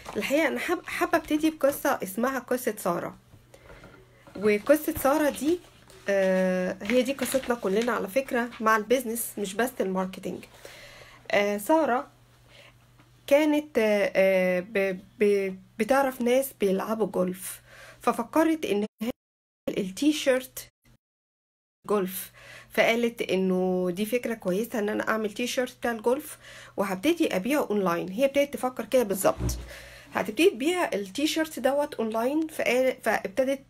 الحقيقة أنا حابة أبتدي بقصة اسمها قصة سارة. وقصة سارة دي هي دي قصتنا كلنا على فكرة مع البيزنس، مش بس الماركتينج. سارة كانت بتعرف ناس بيلعبوا جولف، ففكرت إن هي التي شيرت جولف. فقالت انه دي فكرة كويسة ان انا اعمل تي شيرت بتاع الجولف وهبتدي ابيعه اونلاين. هي ابتدت تفكر كده بالظبط، هتبتدي تبيع التي شيرت دوت اونلاين. فابتدت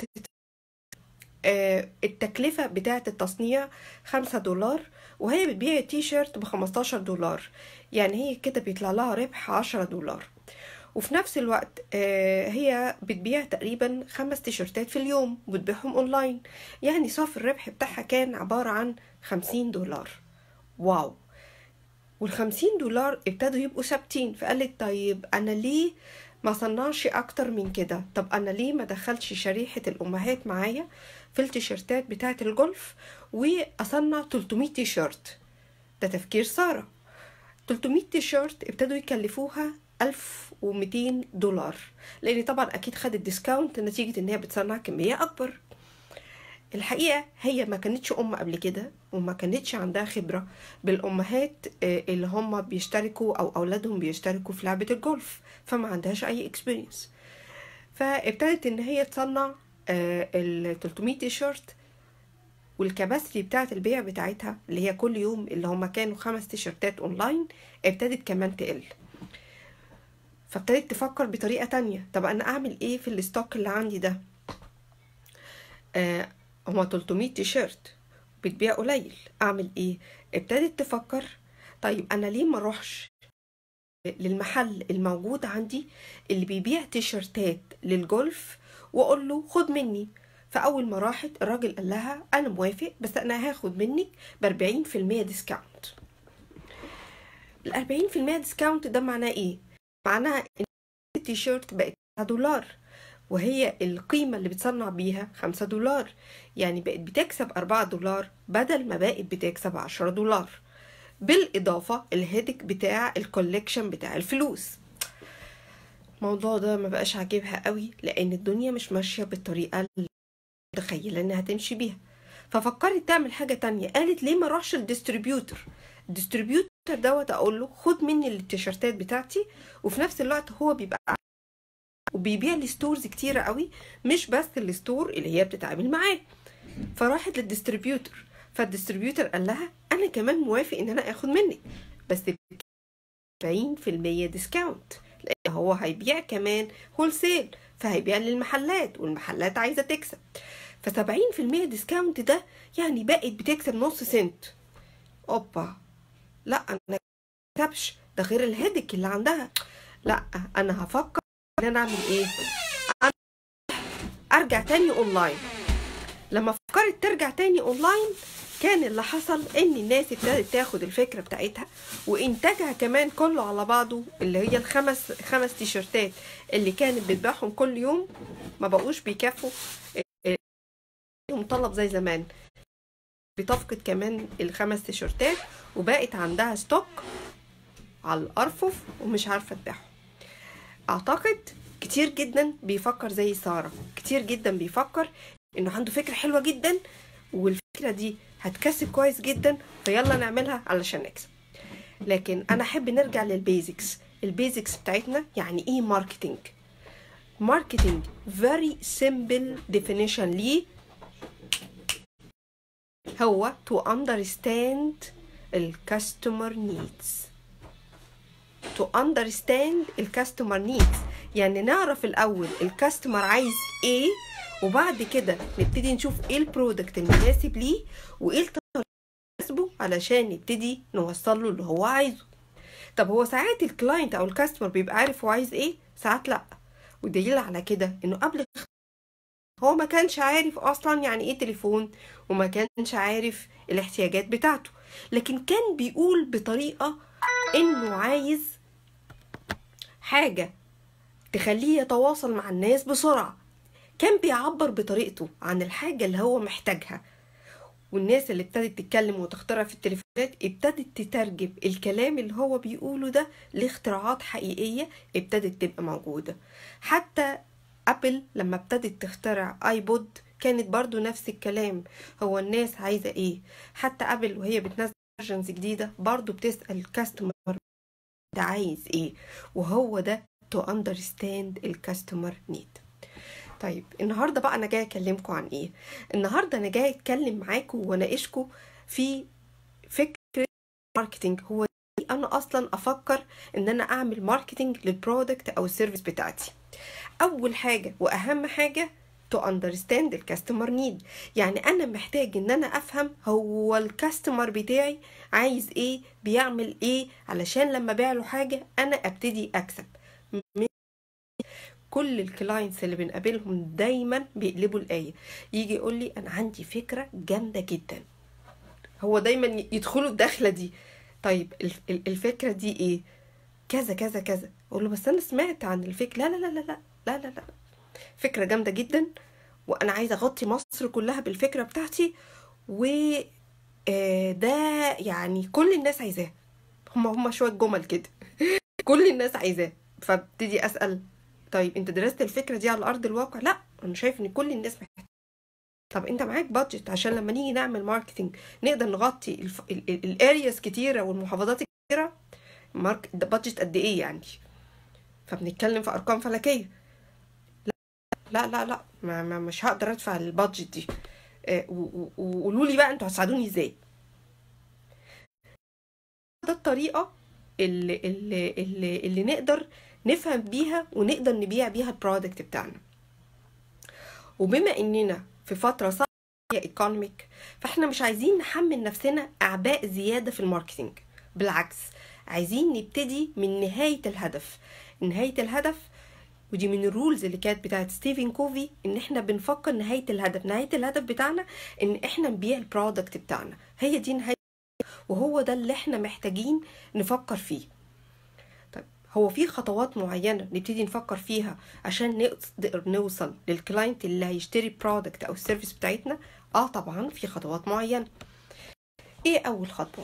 التكلفة بتاعة التصنيع $5، وهي بتبيع التي شيرت ب$15. يعني هي كده بيطلع لها ربح $10. وفي نفس الوقت هي بتبيع تقريبا 5 تيشرتات في اليوم وبتبيعهم اونلاين. يعني صافي الربح بتاعها كان عبارة عن $50. واو! وال$50 ابتدوا يبقوا ثابتين. فقالت طيب انا ليه ما صنعش اكتر من كده؟ طب انا ليه ما دخلش شريحة الامهات معايا في التيشرتات بتاعة الجولف واصنع 300 تيشرت؟ ده تفكير سارة. 300 تيشرت ابتدوا يكلفوها $1200، لان طبعا اكيد خدت ديسكاونت نتيجة ان هي بتصنع كمية اكبر. الحقيقة هي ما كانتش ام قبل كده، وما كانتش عندها خبرة بالامهات اللي هم بيشتركوا او اولادهم بيشتركوا في لعبة الجولف، فما عندهاش اي اكسبيرينس. فابتدت ان هي تصنع ال 300 تيشرت، والكباسيتي بتاعة البيع بتاعتها اللي هي كل يوم اللي هم كانوا 5 تيشرتات اونلاين ابتدت كمان تقل. فابتدت تفكر بطريقة تانية، طب انا اعمل ايه في الستوك اللي عندي ده؟ هما 300 تيشيرت بتبيع قليل، اعمل ايه؟ ابتدت تفكر طيب انا ليه ما اروحش للمحل الموجود عندي اللي بيبيع تيشيرتات للجولف واقول له خد مني. فاول ما راحت الراجل قال لها انا موافق، بس انا هاخد منك ب40% ديسكاونت. ال40% ديسكاونت ده معناه ايه؟ معناها ان التيشيرت بقت $1، وهي القيمة اللي بتصنع بيها $5، يعني بقت بتكسب $4 بدل ما بقت بتكسب $10. بالإضافة الهيدك بتاع الكوليكشن بتاع الفلوس. الموضوع ده ما بقاش عاجبها قوي، لأن الدنيا مش ماشية بالطريقة اللي متخيلة إنها تمشي بيها. ففكرت تعمل حاجة تانية، قالت ليه ما اروحش الديستريبيوتر دوت اقول له خد مني التيشيرتات بتاعتي، وفي نفس الوقت هو بيبقى وبيبيع لي ستورز كتيرة قوي، مش بس الستور اللي هي بتتعامل معاه. فراحت للديستريبيوتر، فالديستريبيوتر قال لها انا كمان موافق ان انا اخد منك، بس 40% ديسكاونت، لان هو هيبيع كمان هول سيل، فهيبيع للمحلات والمحلات عايزة تكسب. ف70% ديسكاونت ده يعني بقت بتكسب نص سنت. اوبا، لا انا كتبش ده غير الهيدك اللي عندها. لا انا هفكر ان انا اعمل ايه، ارجع تاني اونلاين. لما فكرت ترجع تاني اونلاين كان اللي حصل ان الناس ابتدت تاخد الفكرة بتاعتها وانتاجها كمان كله على بعضه، اللي هي الخمس تيشرتات اللي كانت بتبيعهم كل يوم ما بقوش بيكفوا مطلب زي زمان. بتفقد كمان ال5 تيشرتات وبقت عندها ستوك على الارفف ومش عارفة تبيعهم. اعتقد كتير جدا بيفكر زي سارة، كتير جدا بيفكر انه عنده فكرة حلوة جدا والفكرة دي هتكسب كويس جدا، فيلا نعملها علشان نكسب. لكن انا احب نرجع للبيزكس. البيزكس بتاعتنا يعني ايه ماركتينج؟ ماركتينج very simple definition ليه هو to understand الكاستمر needs. to understand الكاستمر needs يعني نعرف الاول الكاستمر عايز ايه، وبعد كده نبتدي نشوف ايه البرودكت المناسب ليه وايه الطريقه المناسبه علشان نبتدي نوصل له اللي هو عايزه. طب هو ساعات الكلاينت او الكاستمر بيبقى عارف هو عايز ايه، ساعات لا. ودليل على كده انه قبل هو ما كانش عارف اصلا يعني ايه تليفون، وما كانش عارف الاحتياجات بتاعته، لكن كان بيقول بطريقه انه عايز حاجه تخليه يتواصل مع الناس بسرعة. كان بيعبر بطريقته عن الحاجة اللي هو محتاجها، والناس اللي ابتدت تتكلم وتخترع في التليفونات ابتدت تترجم الكلام اللي هو بيقوله ده لاختراعات حقيقية ابتدت تبقى موجودة. حتى ابل لما ابتدت تخترع ايبود كانت برضو نفس الكلام، هو الناس عايزة ايه. حتى ابل وهي بتنزل فيرجنز جديدة برضو بتسأل الكاستمر ده عايز ايه، وهو ده to understand الكاستمر نيد. طيب النهارده بقى انا جاي اكلمكم عن ايه؟ النهارده انا جاي اتكلم معاكم واناقشكم في فكره ماركتنج. هو انا اصلا افكر ان انا اعمل ماركتنج للبرودكت او السيرفيس بتاعتي. اول حاجه واهم حاجه to understand الكاستمر نيد، يعني انا محتاج ان انا افهم هو الكاستمر بتاعي عايز ايه، بيعمل ايه، علشان لما ابيع له حاجه انا ابتدي اكسب. كل الكلاينتس اللي بنقابلهم دايما بيقلبوا الآية، يجي يقول لي انا عندي فكرة جامدة جدا، هو دايما يدخلوا الدخلة دي. طيب الفكرة دي ايه؟ كذا كذا كذا. اقول له بس انا سمعت عن الفكرة. لا لا لا لا لا لا لا لا، فكرة جامدة جدا وانا عايزة اغطي مصر كلها بالفكرة بتاعتي، و ده يعني كل الناس عايزاه. هم شوية جمل كده كل الناس عايزاه. فابتدي اسأل طيب انت درست الفكرة دي على ارض الواقع؟ لا، انا شايف ان كل الناس محتاجة. طب انت معاك بادجت عشان لما نيجي نعمل ماركتنج نقدر نغطي الارياس كتيرة والمحافظات كتيرة؟ ده بادجت قد ايه يعني؟ فبنتكلم في ارقام فلكية. لا لا لا، مش هقدر ادفع البادجت دي. وقولوا لي بقى انتوا هتساعدوني ازاي. ده الطريقة اللي نقدر نفهم بيها ونقدر نبيع بيها البرودكت بتاعنا. وبما اننا في فترة صعبة ايكونوميك، فاحنا مش عايزين نحمل نفسنا اعباء زيادة في الماركتينج، بالعكس عايزين نبتدي من نهاية الهدف. نهاية الهدف، ودي من الرولز اللي كانت بتاعت ستيفن كوفي، ان احنا بنفكر نهاية الهدف. نهاية الهدف بتاعنا ان احنا نبيع البرودكت بتاعنا، هي دي نهاية، وهو ده اللي احنا محتاجين نفكر فيه. طيب هو في خطوات معينة نبتدي نفكر فيها عشان نقدر نوصل للكلاينت اللي هيشتري برودكت او السيرفيس بتاعتنا؟ طبعا في خطوات معينة. ايه اول خطوة؟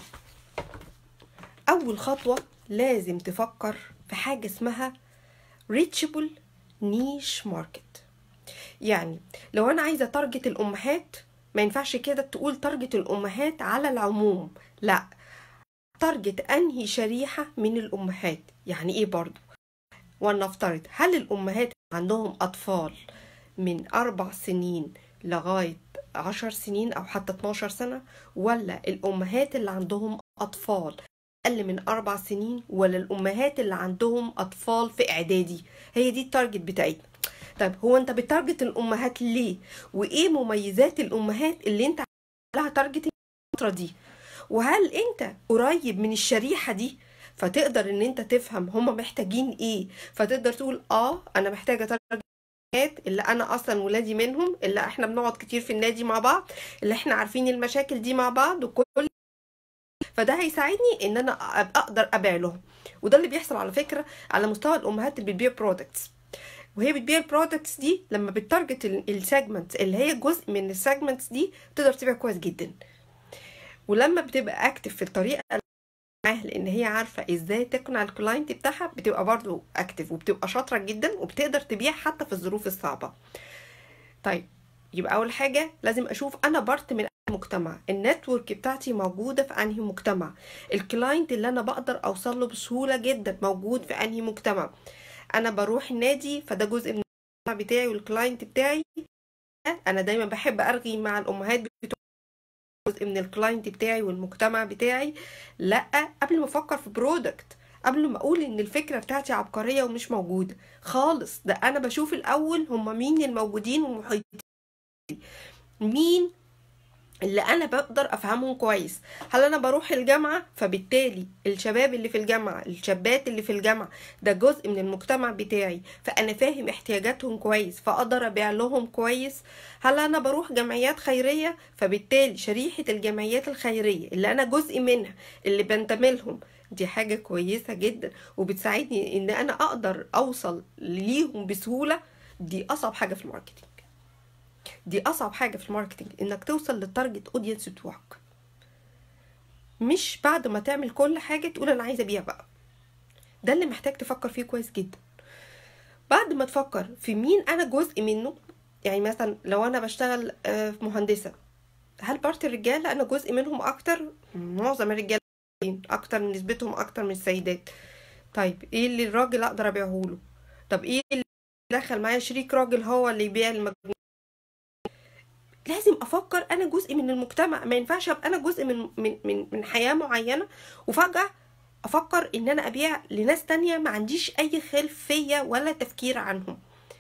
اول خطوة لازم تفكر في حاجة اسمها reachable niche market. يعني لو انا عايزة تارجت الامهات، ما ينفعش كده تقول تارجت الامهات على العموم، لا، تارجت انهي شريحة من الامهات. يعني ايه برضو؟ ولنفترض هل الامهات عندهم اطفال من 4 سنين لغاية 10 سنين او حتى 12 سنة، ولا الامهات اللي عندهم اطفال اقل من 4 سنين، ولا الامهات اللي عندهم اطفال في اعدادي؟ هي دي التارجت بتاعتنا. طيب هو انت بتارجت الامهات ليه؟ وايه مميزات الامهات اللي انت لها تارجت الفترة دي؟ وهل انت قريب من الشريحة دي فتقدر ان انت تفهم هما محتاجين ايه، فتقدر تقول انا محتاجة تارجت اللي انا اصلا ولادي منهم، اللي احنا بنقعد كتير في النادي مع بعض، اللي احنا عارفين المشاكل دي مع بعض وكل. فده هيساعدني ان انا اقدر ابيع لهم. وده اللي بيحصل على فكرة على مستوى الامهات اللي بتبيع برودكتس. وهي بتبيع البرودكتس دي لما بتارجت السيجمنت اللي هي جزء من السيجمنتس دي، تقدر تبيع كويس جدا. ولما بتبقى اكتف في الطريقه معاها، لان هي عارفه ازاي تقنع الكلاينت بتاعها، بتبقى برضو اكتف وبتبقى شاطره جدا وبتقدر تبيع حتى في الظروف الصعبه. طيب يبقى اول حاجه لازم اشوف انا بارت من انهي مجتمع، النتورك بتاعتي موجوده في انهي مجتمع، الكلاينت اللي انا بقدر اوصل له بسهوله جدا موجود في انهي مجتمع. انا بروح النادي فده جزء من المجتمع بتاعي والكلاينت بتاعي. انا دايما بحب ارغي مع الامهات بتوع جزء من الكلاينت بتاعي والمجتمع بتاعي. لا، قبل ما افكر في برودكت، قبل ما اقول ان الفكره بتاعتي عبقريه ومش موجوده خالص، ده انا بشوف الاول هم مين الموجودين ومحيطين، مين اللي انا بقدر افهمهم كويس. هل انا بروح الجامعة فبالتالي الشباب اللي في الجامعة، الشابات اللي في الجامعة، ده جزء من المجتمع بتاعي، فانا فاهم احتياجاتهم كويس فاقدر ابيع لهم كويس. هل انا بروح جمعيات خيرية فبالتالي شريحة الجمعيات الخيرية اللي انا جزء منها اللي بنتمي لهم، دي حاجة كويسة جدا وبتساعدني ان انا اقدر اوصل ليهم بسهولة. دي اصعب حاجة في الماركتينج. دي اصعب حاجه في الماركتنج، انك توصل للتارجت اودينس بتوعك، مش بعد ما تعمل كل حاجه تقول انا عايزه ابيع بقى. ده اللي محتاج تفكر فيه كويس جدا. بعد ما تفكر في مين انا جزء منه، يعني مثلا لو انا بشتغل مهندسه، هل بارت الرجاله انا جزء منهم اكتر؟ معظم الرجاله اكتر، نسبتهم اكتر من السيدات. طيب ايه اللي الراجل اقدر ابيعه له؟ طب ايه اللي دخل معايا شريك راجل هو اللي يبيع المجموعه؟ لازم افكر انا جزء من المجتمع، ما ينفعش ابقى انا جزء من حياه معينه وفجاه افكر ان انا ابيع لناس تانية ما عنديش اي خلفيه ولا تفكير عنهم.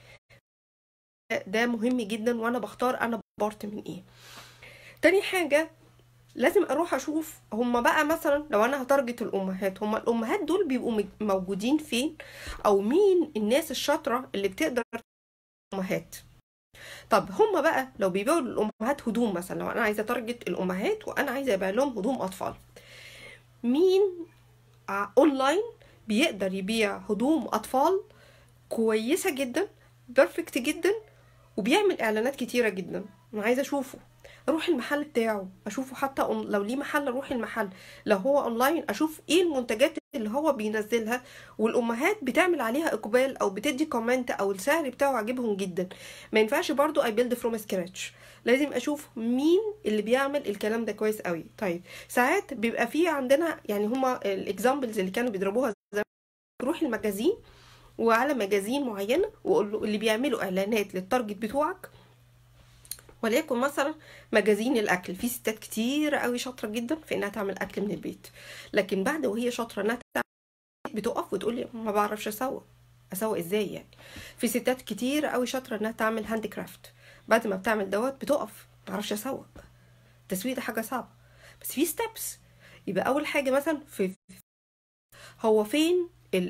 ده مهم جدا وانا بختار انا بارت من ايه. تاني حاجه لازم اروح اشوف هما بقى مثلا لو انا هتارجت الامهات، هما الامهات دول بيبقوا موجودين فين، او مين الناس الشاطره اللي بتقدر امهات. طب هما بقى لو بيبيعوا للامهات هدوم مثلا، لو انا عايزه اتارجت الامهات وانا عايزه ابيع لهم هدوم اطفال، مين اونلاين بيقدر يبيع هدوم اطفال كويسه جدا، بيرفكت جدا، وبيعمل اعلانات كتيره جدا؟ انا عايزه اشوفه، اروح المحل بتاعه اشوفه، حتى لو ليه محل اروح المحل، لو هو اونلاين اشوف ايه المنتجات اللي هو بينزلها والامهات بتعمل عليها اقبال او بتدي كومنت او السعر بتاعه عاجبهم جدا. ما ينفعش برضو اي بيلد فروم سكراتش، لازم اشوف مين اللي بيعمل الكلام ده كويس قوي. طيب ساعات بيبقى فيه عندنا يعني هما الاكزامبلز اللي كانوا بيضربوها زمان، تروح المجازين وعلى مجازين معينه وقول له اللي بيعملوا اعلانات للتارجت بتوعك، وليكن مثلا مجازين الاكل، في ستات كتير قوي شاطره جدا في انها تعمل اكل من البيت، لكن بعد وهي شاطره انها تعمل بتقف وتقول لي ما بعرفش اسوق ازاي يعني. في ستات كتير قوي شاطره انها تعمل هاند كرافت، بعد ما بتعمل دوت بتقف ما بعرفش اسوق. التسويق ده حاجه صعبه، بس في ستيبس. يبقى اول حاجه مثلا في هو فين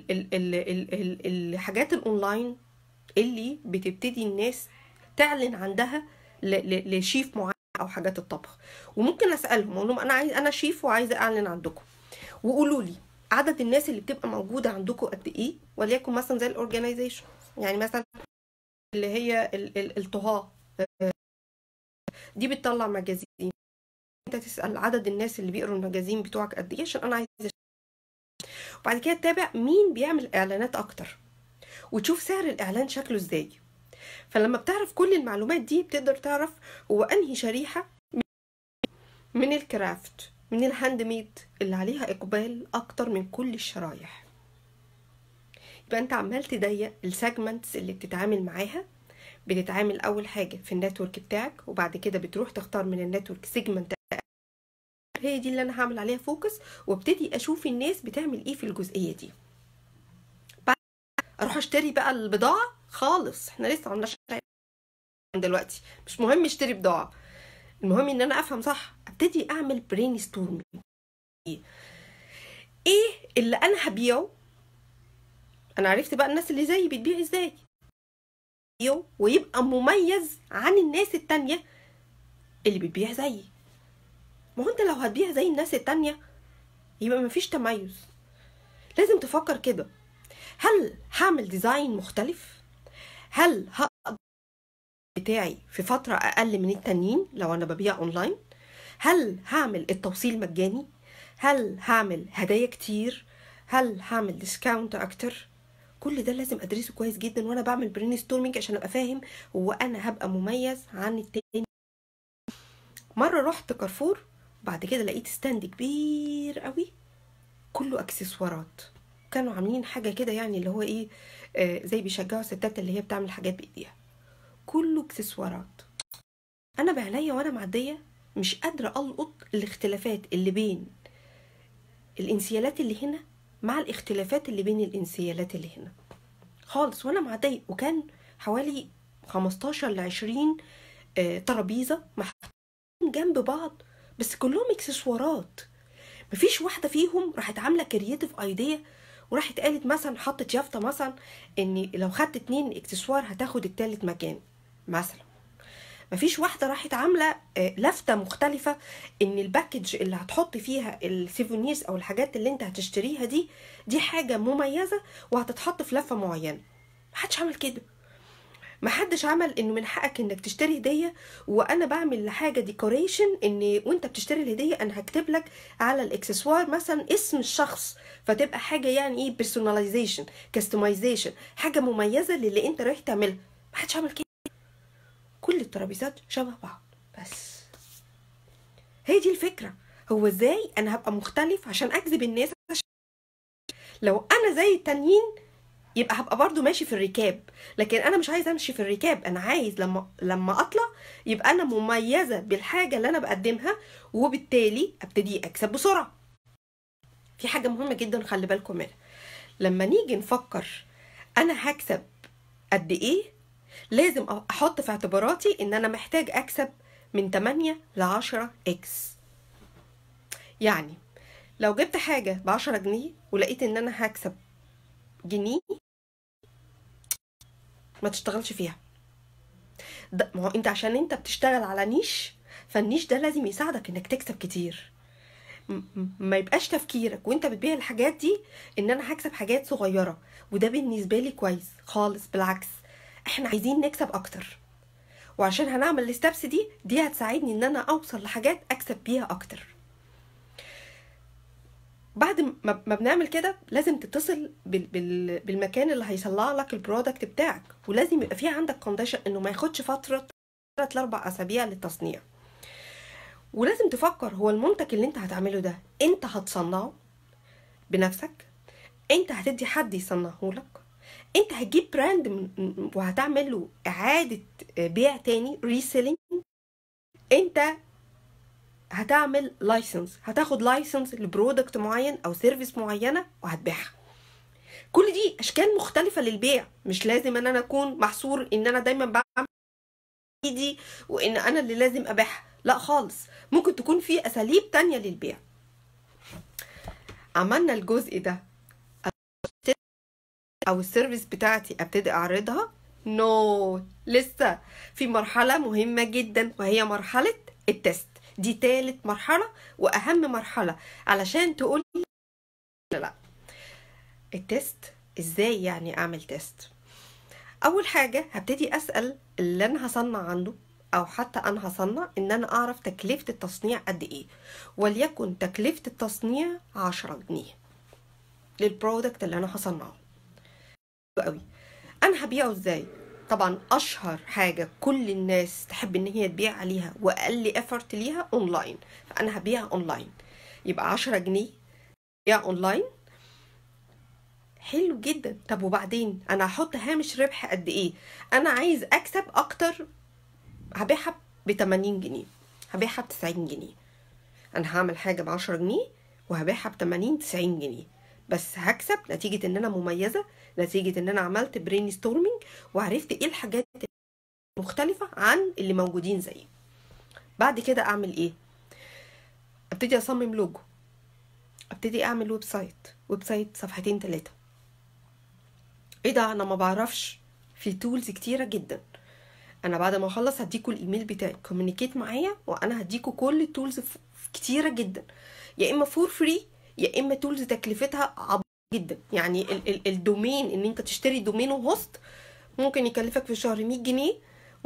الحاجات الاونلاين اللي بتبتدي الناس تعلن عندها لشيف معين او حاجات الطبخ، وممكن اسالهم اقول لهم انا شيف وعايزه اعلن عندكم، وقولوا لي عدد الناس اللي بتبقى موجوده عندكم قد ايه. وليكن مثلا زي الاورجنايزيشن، يعني مثلا اللي هي الطهاه دي بتطلع مجازين، انت تسال عدد الناس اللي بيقروا المجازين بتوعك قد ايه عشان انا عايزه. وبعد كده تتابع مين بيعمل اعلانات اكتر وتشوف سعر الاعلان شكله ازاي. فلما بتعرف كل المعلومات دي بتقدر تعرف هو انهي شريحه من الكرافت من الهاند ميد اللي عليها اقبال اكتر من كل الشرايح. يبقى انت عمال تضيق السيجمنتس اللي بتتعامل معاها. بتتعامل اول حاجه في النتورك بتاعك، وبعد كده بتروح تختار من النتورك سيجمنت هي دي اللي انا هعمل عليها فوكس، وابتدي اشوف الناس بتعمل ايه في الجزئيه دي. بعد اروح اشتري بقى البضاعه خالص، احنا لسه عملناش دلوقتي، مش مهم اشتري بضاعه، المهم ان انا افهم صح، ابتدي اعمل برين ستورم. ايه اللي انا هبيعه؟ انا عرفت بقى الناس اللي زيي بتبيع ازاي، ويبقى مميز عن الناس التانية اللي بتبيع زيي. ما هو انت لو هتبيع زي الناس التانية يبقى مفيش تميز. لازم تفكر كده، هل هعمل ديزاين مختلف؟ هل هقدر بتاعي في فترة اقل من التانيين لو انا ببيع اونلاين؟ هل هعمل التوصيل مجاني؟ هل هعمل هدايا كتير؟ هل هعمل ديسكاونت اكتر؟ كل ده لازم ادرسه كويس جدا وانا بعمل برين ستورمينج عشان ابقى فاهم هو انا هبقى مميز عن التاني. مره رحت كارفور، بعد كده لقيت ستاند كبير قوي كله اكسسوارات، كانوا عاملين حاجه كده يعني اللي هو ايه، زي بيشجعوا الستات اللي هي بتعمل حاجات بايديها، كله اكسسوارات. انا بعينيا وانا معديه مش قادره القط الاختلافات اللي بين الانسيالات اللي هنا مع الاختلافات اللي بين الانسيالات اللي هنا خالص وانا معديه. وكان حوالي 15 ل 20 ترابيزه محطوطين جنب بعض، بس كلهم اكسسوارات. مفيش واحده فيهم راحت عامله كرييتيف ايديا وراحت قالت مثلا حطت يافطه مثلا ان لو خدت 2 اكسسوار هتاخد التالت مجان مثلا. مفيش واحده راحت عامله لفته مختلفه ان الباكج اللي هتحط فيها السيفونيرز او الحاجات اللي انت هتشتريها دي حاجه مميزه وهتتحط في لفه معينه. محدش عمل كده. محدش عمل انه من حقك انك تشتري هديه وانا بعمل حاجه ديكوريشن ان وانت بتشتري الهديه انا هكتب لك على الاكسسوار مثلا اسم الشخص، فتبقى حاجه يعني ايه بيرسوناليزيشن كاستمايزيشن، حاجه مميزه للي انت رايح تعملها. محدش عمل كده، كل الترابيزات شبه بعض. بس هي دي الفكره، هو ازاي انا هبقى مختلف عشان اجذب الناس. لو انا زي التانيين يبقى هبقى برضو ماشي في الركاب، لكن انا مش عايز امشي في الركاب، انا عايز لما اطلع يبقى انا مميزة بالحاجة اللي انا بقدمها، وبالتالي ابتدي اكسب بسرعة. في حاجة مهمة جدا خلي بالكم منها، لما نيجي نفكر انا هكسب قد ايه، لازم احط في اعتباراتي ان انا محتاج اكسب من 8 ل 10 اكس. يعني لو جبت حاجة ب10 جنيه ولقيت ان انا هكسب جنيه، ما تشتغلش فيها. ده ما هو انت عشان انت بتشتغل على نيش، فالنيش ده لازم يساعدك انك تكسب كتير. ما يبقاش تفكيرك وانت بتبيع الحاجات دي ان انا هكسب حاجات صغيرة، وده بالنسبة لي كويس خالص. بالعكس، احنا عايزين نكسب اكتر، وعشان هنعمل الستبس دي هتساعدني ان انا اوصل لحاجات اكسب بيها اكتر. بعد ما بنعمل كده لازم تتصل بالمكان اللي هيصنع لك البرودكت بتاعك، ولازم يبقى فيه عندك كونديشن انه ما ياخدش فترة 3 ل 4 اسابيع للتصنيع. ولازم تفكر هو المنتج اللي انت هتعمله ده انت هتصنعه بنفسك، انت هتدي حد يصنعه لك، انت هتجيب براند وهتعمل له اعادة بيع تاني ريسيلينج، انت هتعمل لايسنس، هتاخد لايسنس لبرودكت معين او سيرفيس معينة وهتبيعها. كل دي اشكال مختلفة للبيع، مش لازم ان انا اكون محصور ان انا دايما بعمل ايدي وان انا اللي لازم ابيعها، لا خالص، ممكن تكون في اساليب تانية للبيع. عملنا الجزء ده او السيرفيس بتاعتي ابتدي اعرضها؟ لسه في مرحلة مهمة جدا، وهي مرحلة التست. دي تالت مرحلة واهم مرحلة علشان تقولي لا. التست ازاي يعني اعمل تيست؟ اول حاجة هبتدي اسأل اللي انا هصنع عنده، او حتى انا هصنع، ان انا اعرف تكلفة التصنيع قد ايه، وليكن تكلفة التصنيع 10 جنيه للبرودكت اللي انا هصنعه. قوي، انا هبيعه ازاي؟ طبعا اشهر حاجة كل الناس تحب ان هي تبيع عليها واقل افورت ليها اونلاين، فانا هبيع اونلاين. يبقى 10 جنيه بيع اونلاين، حلو جدا. طب وبعدين انا هحط هامش ربح قد ايه؟ انا عايز اكسب اكتر، هبيعها ب80 جنيه، هبيعها ب90 جنيه. انا هعمل حاجة ب10 جنيه وهبيعها ب80 90 جنيه، بس هكسب نتيجة ان انا مميزة، نتيجة ان انا عملت برين ستورمينج وعرفت ايه الحاجات المختلفة عن اللي موجودين زيي. بعد كده اعمل ايه؟ ابتدي اصمم لوجو، ابتدي اعمل ويب سايت صفحتين 3. ايه ده؟ انا ما بعرفش. في تولز كتيرة جدا. انا بعد ما اخلص هديكوا الايميل بتاعي، كوميونيكيت معايا وانا هديكوا كل التولز كتيرة جدا، يا اما فور فري يا اما تولز تكلفتها عبيطة جدا. يعني الدومين، ان انت تشتري دومين وهوست ممكن يكلفك في الشهر 100 جنيه،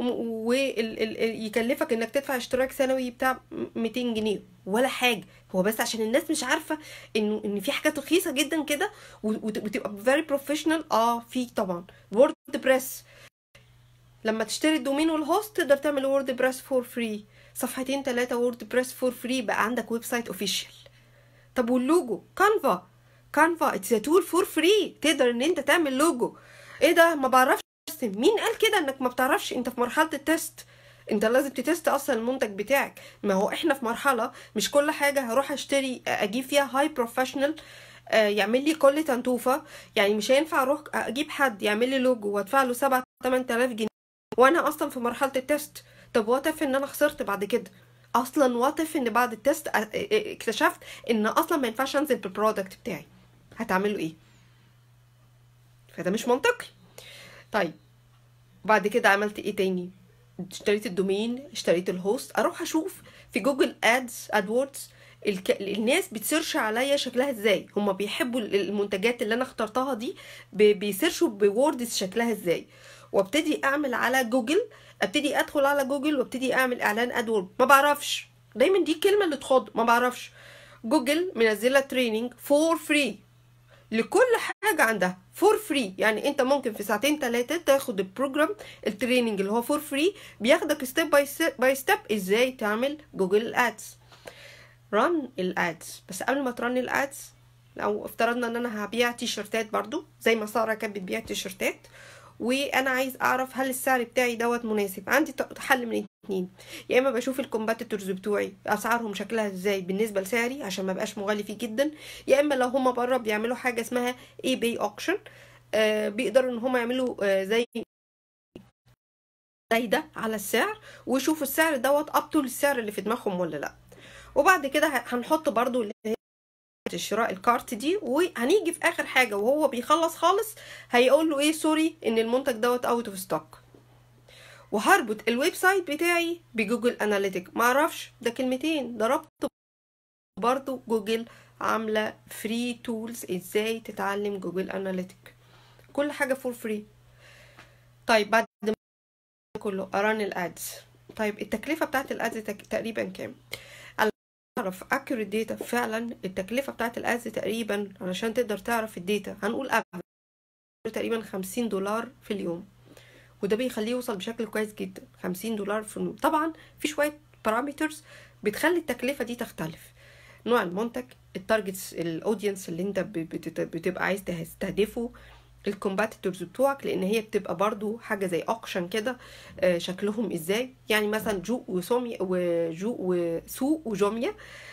ويكلفك انك تدفع اشتراك سنوي بتاع 200 جنيه ولا حاجه. هو بس عشان الناس مش عارفه ان في حاجات رخيصه جدا كده وتبقى فيري بروفيشنال. في طبعا وورد بريس، لما تشتري الدومين والهوست تقدر تعمل وورد بريس فور فري، صفحتين 3 وورد بريس فور فري، بقى عندك ويب سايت اوفيشال. طب واللوجو؟ كانفا اتس تول فور فري، تقدر ان انت تعمل لوجو. ايه ده؟ ما بعرفش ارسم. مين قال كده انك ما بتعرفش؟ انت في مرحله التست، انت لازم تتست اصلا المنتج بتاعك. ما هو احنا في مرحله مش كل حاجه هروح اشتري اجيب فيها هاي بروفيشنال يعمل لي كل تنتوفه. يعني مش هينفع اروح اجيب حد يعمل لي لوجو وادفع له 7 8000 جنيه وانا اصلا في مرحله التست. طب واتف ان انا خسرت بعد كده؟ اصلا واتف ان بعد التست اكتشفت ان اصلا ما ينفعش انزل بالبرودكت بتاعي، هتعملوا ايه؟ فده مش منطقي. طيب بعد كده عملت ايه تاني؟ اشتريت الدومين، اشتريت الهوست، اروح اشوف في جوجل ادوردز الناس بتسيرش عليا شكلها ازاي، هما بيحبوا المنتجات اللي انا اخترتها دي، بيسيرشوا بوردز شكلها ازاي، وابتدي اعمل على جوجل، ابتدي ادخل على جوجل وابتدي اعمل اعلان ادورد، ما بعرفش. دايما دي الكلمه اللي تخض، ما بعرفش. جوجل منزله تريننج فور فري لكل حاجه عندها فور فري، يعني انت ممكن في ساعتين 3 تاخد البروجرام التريننج اللي هو فور فري، بياخدك ستيب باي ستيب ازاي تعمل جوجل ادز. رن الادز. بس قبل ما ترن الادز، لو افترضنا ان انا هبيع تيشرتات برضو زي ما ساره كانت بتبيع تيشرتات، وانا عايز اعرف هل السعر بتاعي دوت مناسب، عندي حل من اتنين. يا اما بشوف الكومباتيتورز بتوعي اسعارهم شكلها ازاي بالنسبه لسعري عشان ما بقاش مغالي فيه جدا، يا اما لو هما بره بيعملوا حاجه اسمها اي باي اوكشن، بيقدروا ان هما يعملوا زي ده على السعر، ويشوفوا السعر دوت ابطل السعر اللي في دماغهم ولا لا. وبعد كده هنحط برضو شراء الكارت دي، وهنيجي في اخر حاجه وهو بيخلص خالص هيقول له ايه، سوري ان المنتج دوت اوت اوف ستوك. وهربط الويب سايت بتاعي بجوجل اناليتيك. ما اعرفش، ده كلمتين ضربت. برضو جوجل عامله فري تولز ازاي تتعلم جوجل اناليتيك، كل حاجه فور فري. طيب بعد ما كله اران الادز، طيب التكلفه بتاعت الادز تقريبا كام؟ تعرف accurate data فعلا. التكلفة بتاعت الادز تقريبا علشان تقدر تعرف الداتا، هنقول تقريبا $50 في اليوم، وده بيخليه يوصل بشكل كويس جدا. $50 في اليوم. طبعا في شوية بارامترز بتخلي التكلفة دي تختلف، نوع المنتج، التارجتس الاودينس اللي انت بتبقى عايز تستهدفه، الكومباتيتورز بتوعك، لان هي بتبقى برضو حاجه زي اوكشن كده، شكلهم ازاي. يعني مثلا جو وسوق وجوميا،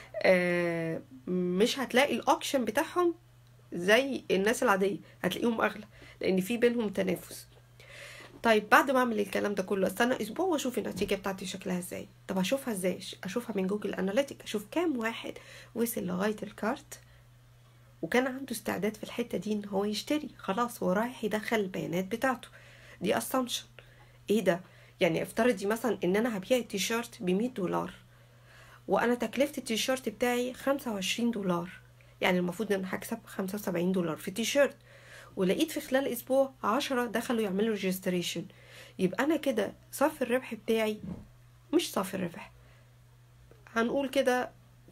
مش هتلاقي الاوكشن بتاعهم زي الناس العاديه، هتلاقيهم اغلى لان في بينهم تنافس. طيب بعد ما اعمل الكلام ده كله استنى اسبوع واشوف النتيجه بتاعتي شكلها ازاي. طب اشوفها ازاي؟ اشوفها من جوجل اناليتيك، اشوف كام واحد وصل لغايه الكارت وكان عنده استعداد في الحته دي ان هو يشتري، خلاص هو رايح يدخل البيانات بتاعته. دي اسامبشن. ايه ده؟ يعني افترضي مثلا ان انا هبيع التيشيرت ب$100 وانا تكلفه التيشيرت بتاعي $25، يعني المفروض ان انا هكسب $75 في التيشيرت، ولقيت في خلال اسبوع 10 دخلوا يعملوا ريجستريشن، يبقى انا كده صافي الربح بتاعي، مش صافي الربح، هنقول كده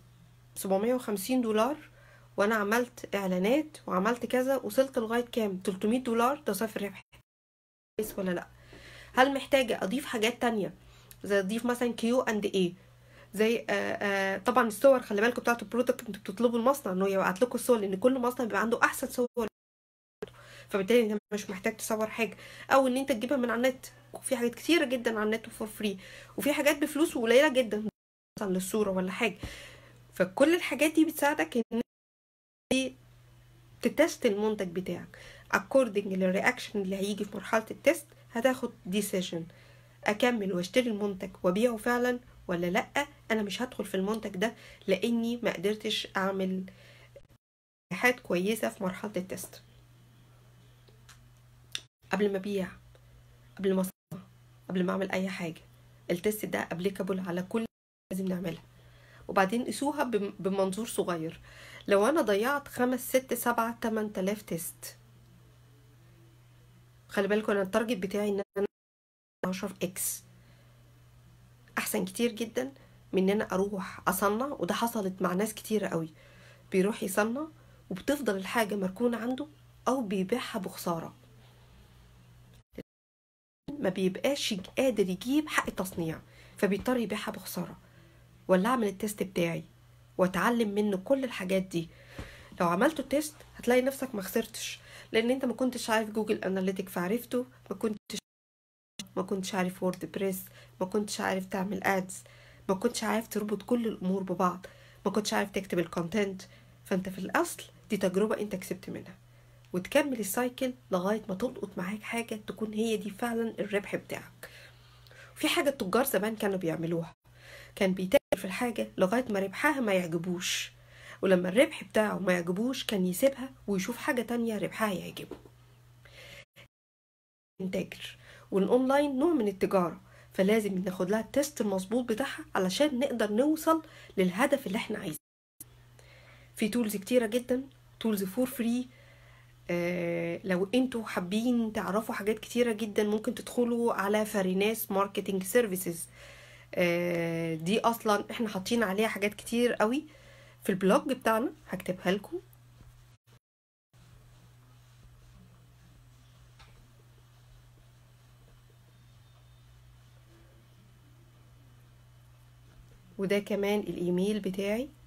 $750، وانا عملت اعلانات وعملت كذا، وصلت لغايه كام؟ $300. ده صافي الربح كويس ولا لا؟ هل محتاجه اضيف حاجات تانية زي اضيف مثلا كيو اند ايه، زي طبعا الصور، خلي بالكم بتاعت البرودكت، انتوا بتطلبوا المصنع انه يبعت لكم الصور، لان كل مصنع بيبقى عنده احسن صور، فبالتالي انت مش محتاج تصور حاجه، او ان انت تجيبها من على النت. في حاجات كتيره جدا على النت فور فري، وفي حاجات بفلوس وقليله جدا مثلا للصوره ولا حاجه. فكل الحاجات دي بتساعدك ان تتست المنتج بتاعك according للرياكشن اللي هيجي في مرحله التست، هتاخد ديسيجن اكمل واشتري المنتج وابيعه فعلا ولا لا. انا مش هدخل في المنتج ده لاني ما قدرتش اعمل حاجات كويسه في مرحله التست. قبل ما ابيع، قبل ما اصنع، قبل ما اعمل اي حاجه، التست ده ابليكابل على كل لازم نعملها. وبعدين قيسوها بمنظور صغير. لو انا ضيعت 5 6 7 8000 تيست، خلي بالكم انا التارجت بتاعي ان انا 10 اكس، احسن كتير جدا من ان انا اروح اصنع. وده حصلت مع ناس كتيره قوي، بيروح يصنع وبتفضل الحاجه مركونه عنده او بيبيعها بخساره، ما بيبقاش قادر يجيب حق التصنيع فبيضطر يبيعها بخساره. ولا اعمل التيست بتاعي واتعلم منه كل الحاجات دي. لو عملت التيست هتلاقي نفسك ما خسرتش، لان انت ما كنتش عارف جوجل اناليتيك فعرفته، ما كنتش عارف وورد بريس، ما كنتش عارف تعمل ادز، ما كنتش عارف تربط كل الامور ببعض، ما كنتش عارف تكتب الكونتنت. فانت في الاصل دي تجربة انت كسبت منها، وتكمل السايكل لغاية ما تلقط معاك حاجة تكون هي دي فعلا الربح بتاعك. في حاجة التجار زمان كانوا بيعملوها، كان بيتاجر في الحاجة لغاية ما ربحها ما يعجبوش، ولما الربح بتاعه ما يعجبوش كان يسيبها ويشوف حاجة تانية ربحها يعجبه. تاجر، والاونلاين نوع من التجارة، فلازم ناخد لها التست المظبوط بتاعها علشان نقدر نوصل للهدف اللي احنا عايزينه. في تولز كتيرة جدا، تولز فور فري، لو انتوا حابين تعرفوا حاجات كتيرة جدا ممكن تدخلوا على فاريناس ماركتينج سيرفيسز. دي اصلا احنا حاطين عليها حاجات كتير قوي في البلوج بتاعنا، هكتبها لكم. وده كمان الايميل بتاعي.